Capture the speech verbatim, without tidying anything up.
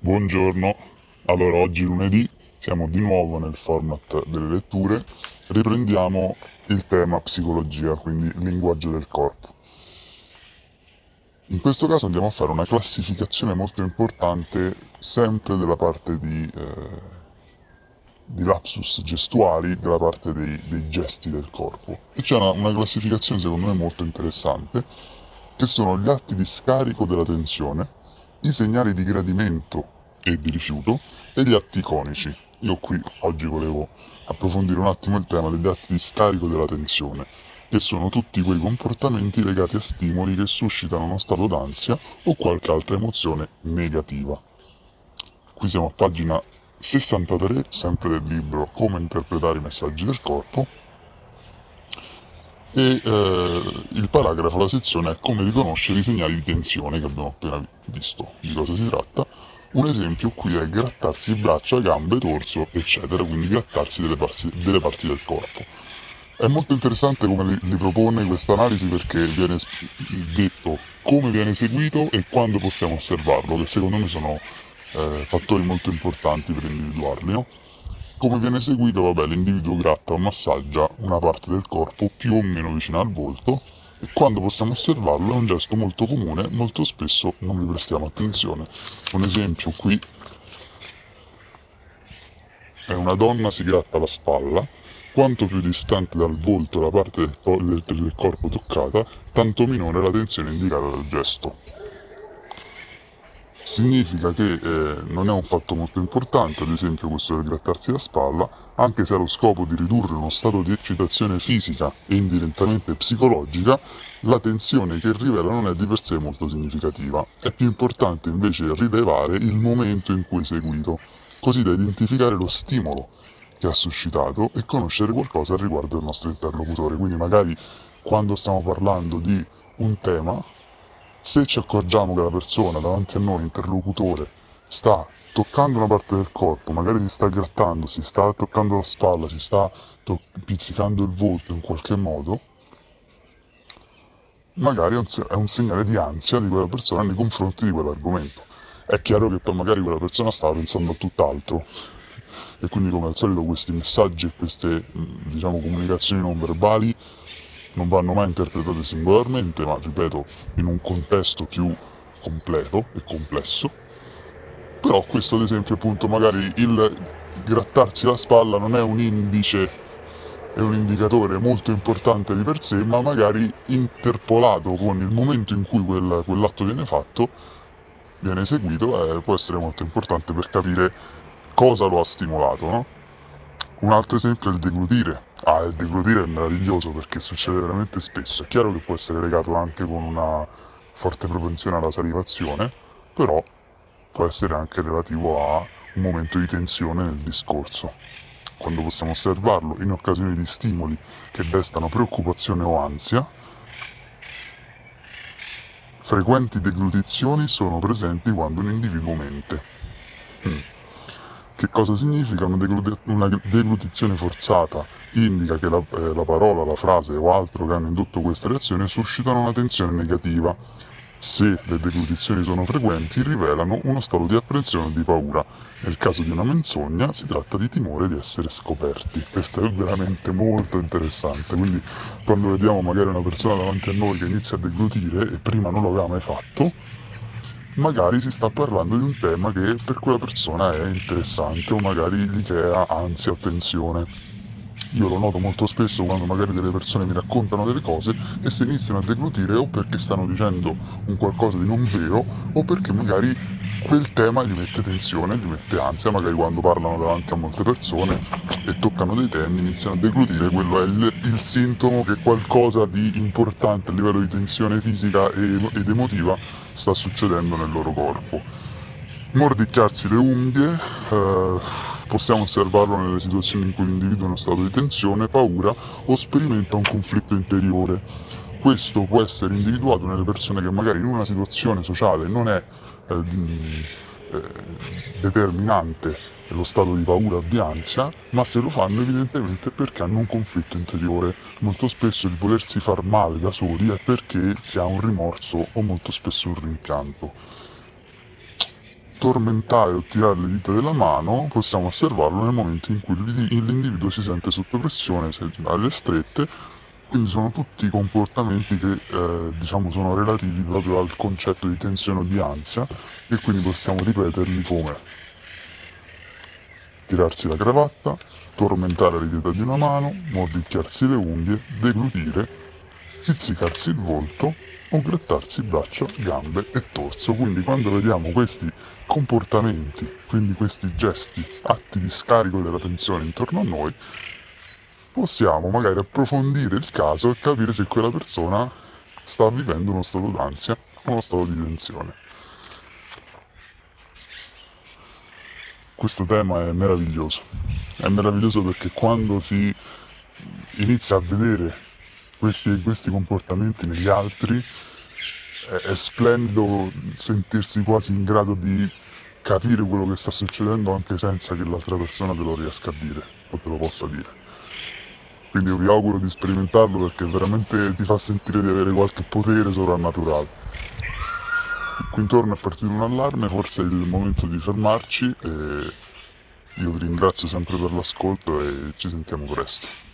Buongiorno, allora oggi lunedì siamo di nuovo nel format delle letture, riprendiamo il tema psicologia, quindi linguaggio del corpo. In questo caso andiamo a fare una classificazione molto importante sempre della parte di, eh, di lapsus gestuali, della parte dei, dei gesti del corpo. E c'è una, una classificazione secondo me molto interessante, che sono gli atti di scarico della tensione, i segnali di gradimento e di rifiuto e gli atti iconici. Io qui oggi volevo approfondire un attimo il tema degli atti di scarico della tensione, che sono tutti quei comportamenti legati a stimoli che suscitano uno stato d'ansia o qualche altra emozione negativa. Qui siamo a pagina sessantatré, sempre del libro Come interpretare i messaggi del corpo, e eh, il paragrafo, la sezione è come riconoscere i segnali di tensione che abbiamo appena visto. Di cosa si tratta? Un esempio qui è grattarsi braccia, gambe, torso, eccetera, quindi grattarsi delle parti, delle parti del corpo. È molto interessante come li, li propone questa analisi, perché viene detto come viene eseguito e quando possiamo osservarlo, che secondo me sono eh, fattori molto importanti per individuarli, no? Come viene eseguito? Vabbè, l'individuo gratta o massaggia una parte del corpo più o meno vicina al volto, e quando possiamo osservarlo è un gesto molto comune, molto spesso non vi prestiamo attenzione. Un esempio qui è una donna si gratta la spalla. Quanto più distante dal volto la parte del, to- del, del corpo toccata, tanto minore la tensione indicata dal gesto. Significa che eh, non è un fatto molto importante, ad esempio questo del grattarsi la spalla, anche se ha lo scopo di ridurre uno stato di eccitazione fisica e indirettamente psicologica, la tensione che rivela non è di per sé molto significativa. È più importante invece rilevare il momento in cui è eseguito, così da identificare lo stimolo che ha suscitato e conoscere qualcosa riguardo il nostro interlocutore. Quindi magari quando stiamo parlando di un tema, se ci accorgiamo che la persona davanti a noi, interlocutore, sta toccando una parte del corpo, magari si sta grattando, si sta toccando la spalla, si sta to- pizzicando il volto in qualche modo, magari è un, se- è un segnale di ansia di quella persona nei confronti di quell'argomento. È chiaro che poi magari quella persona stava pensando a tutt'altro, e quindi come al solito questi messaggi e queste, diciamo, comunicazioni non verbali non vanno mai interpretate singolarmente, ma ripeto, in un contesto più completo e complesso. Però questo ad esempio, appunto, magari il grattarsi la spalla non è un indice, è un indicatore molto importante di per sé, ma magari interpolato con il momento in cui quel, quell'atto viene fatto, viene eseguito, eh, può essere molto importante per capire cosa lo ha stimolato, no? Un altro esempio è il deglutire. Ah, il deglutire è meraviglioso perché succede veramente spesso. È chiaro che può essere legato anche con una forte propensione alla salivazione, però può essere anche relativo a un momento di tensione nel discorso. Quando possiamo osservarlo in occasioni di stimoli che destano preoccupazione o ansia, frequenti deglutizioni sono presenti quando un individuo mente. Mm. Che cosa significa? Una, degluti- una deglutizione forzata indica che la, eh, la parola, la frase o altro che hanno indotto questa reazione suscitano una tensione negativa. Se le deglutizioni sono frequenti, rivelano uno stato di apprensione o di paura. Nel caso di una menzogna si tratta di timore di essere scoperti. Questo è veramente molto interessante. Quindi quando vediamo magari una persona davanti a noi che inizia a deglutire e prima non lo aveva mai fatto, magari si sta parlando di un tema che per quella persona è interessante o magari gli crea ansia o tensione. Io lo noto molto spesso quando magari delle persone mi raccontano delle cose e si iniziano a deglutire, o perché stanno dicendo un qualcosa di non vero o perché magari quel tema gli mette tensione, gli mette ansia. Magari quando parlano davanti a molte persone e toccano dei temi iniziano a deglutire. Quello è il, il sintomo che qualcosa di importante a livello di tensione fisica e, ed emotiva sta succedendo nel loro corpo. Mordicchiarsi le unghie, eh, possiamo osservarlo nelle situazioni in cui l'individuo è in uno stato di tensione, paura o sperimenta un conflitto interiore. Questo può essere individuato nelle persone che magari in una situazione sociale non è eh, di- eh, determinante lo stato di paura o di ansia, ma se lo fanno evidentemente perché hanno un conflitto interiore. Molto spesso il volersi far male da soli è perché si ha un rimorso o molto spesso un rimpianto. tormentare o tirare le dita della mano, possiamo osservarlo nel momento in cui l'individuo si sente sotto pressione, sente alle strette. Quindi sono tutti comportamenti che eh, diciamo sono relativi proprio al concetto di tensione o di ansia, e quindi possiamo ripeterli come tirarsi la cravatta, tormentare le dita di una mano, mordicchiarsi le unghie, deglutire, pizzicarsi il volto o grattarsi braccia, gambe e torso. Quindi quando vediamo questi comportamenti, quindi questi gesti, atti di scarico della tensione intorno a noi, possiamo magari approfondire il caso e capire se quella persona sta vivendo uno stato d'ansia o uno stato di tensione. Questo tema è meraviglioso, è meraviglioso perché quando si inizia a vedere questi, questi comportamenti negli altri è, è splendido sentirsi quasi in grado di capire quello che sta succedendo anche senza che l'altra persona te lo riesca a dire o te lo possa dire. Quindi io vi auguro di sperimentarlo perché veramente ti fa sentire di avere qualche potere sovrannaturale. Qui intorno è partito un allarme, forse è il momento di fermarci e io vi ringrazio sempre per l'ascolto e ci sentiamo presto.